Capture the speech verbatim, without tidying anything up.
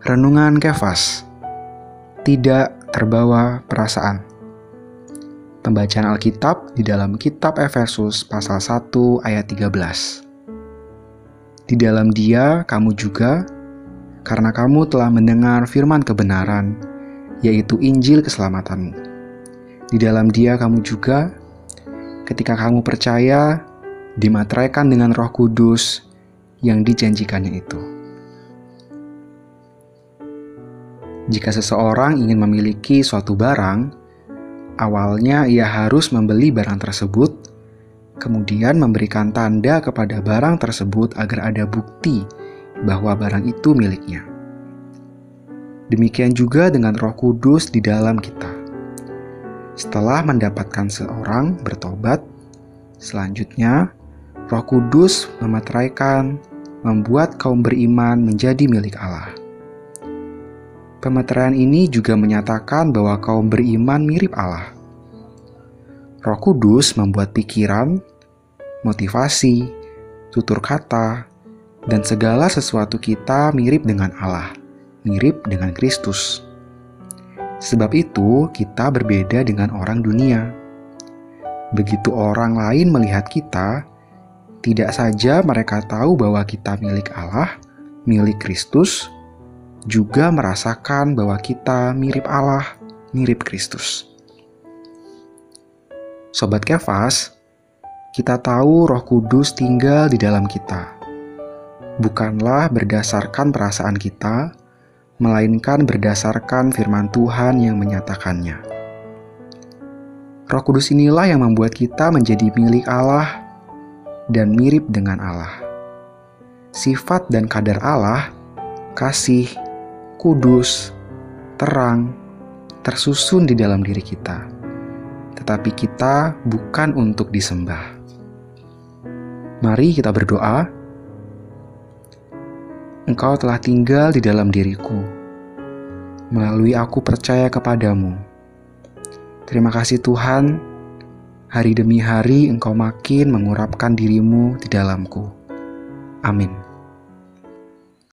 Renungan Kefas, tidak terbawa perasaan. Pembacaan Alkitab di dalam kitab Efesus pasal satu ayat tiga belas. Di dalam Dia kamu juga, karena kamu telah mendengar firman kebenaran, yaitu Injil keselamatanmu. Di dalam Dia kamu juga, ketika kamu percaya, dimateraikan dengan Roh Kudus yang dijanjikannya itu. Jika seseorang ingin memiliki suatu barang, awalnya ia harus membeli barang tersebut, kemudian memberikan tanda kepada barang tersebut agar ada bukti bahwa barang itu miliknya. Demikian juga dengan Roh Kudus di dalam kita. Setelah mendapatkan seorang bertobat, selanjutnya Roh Kudus memeteraikan, membuat kaum beriman menjadi milik Allah. Pemeteraian ini juga menyatakan bahwa kaum beriman mirip Allah. Roh Kudus membuat pikiran, motivasi, tutur kata, dan segala sesuatu kita mirip dengan Allah, mirip dengan Kristus. Sebab itu, kita berbeda dengan orang dunia. Begitu orang lain melihat kita, tidak saja mereka tahu bahwa kita milik Allah, milik Kristus, juga merasakan bahwa kita mirip Allah, mirip Kristus. Sobat Kefas, kita tahu Roh Kudus tinggal di dalam kita. Bukanlah berdasarkan perasaan kita, melainkan berdasarkan firman Tuhan yang menyatakannya. Roh Kudus inilah yang membuat kita menjadi milik Allah dan mirip dengan Allah. Sifat dan kadar Allah, kasih, kudus, terang, tersusun di dalam diri kita. Tetapi kita bukan untuk disembah. Mari kita berdoa. Engkau telah tinggal di dalam diriku. Melalui aku percaya kepadamu. Terima kasih Tuhan, hari demi hari Engkau makin mengurapkan dirimu di dalamku. Amin.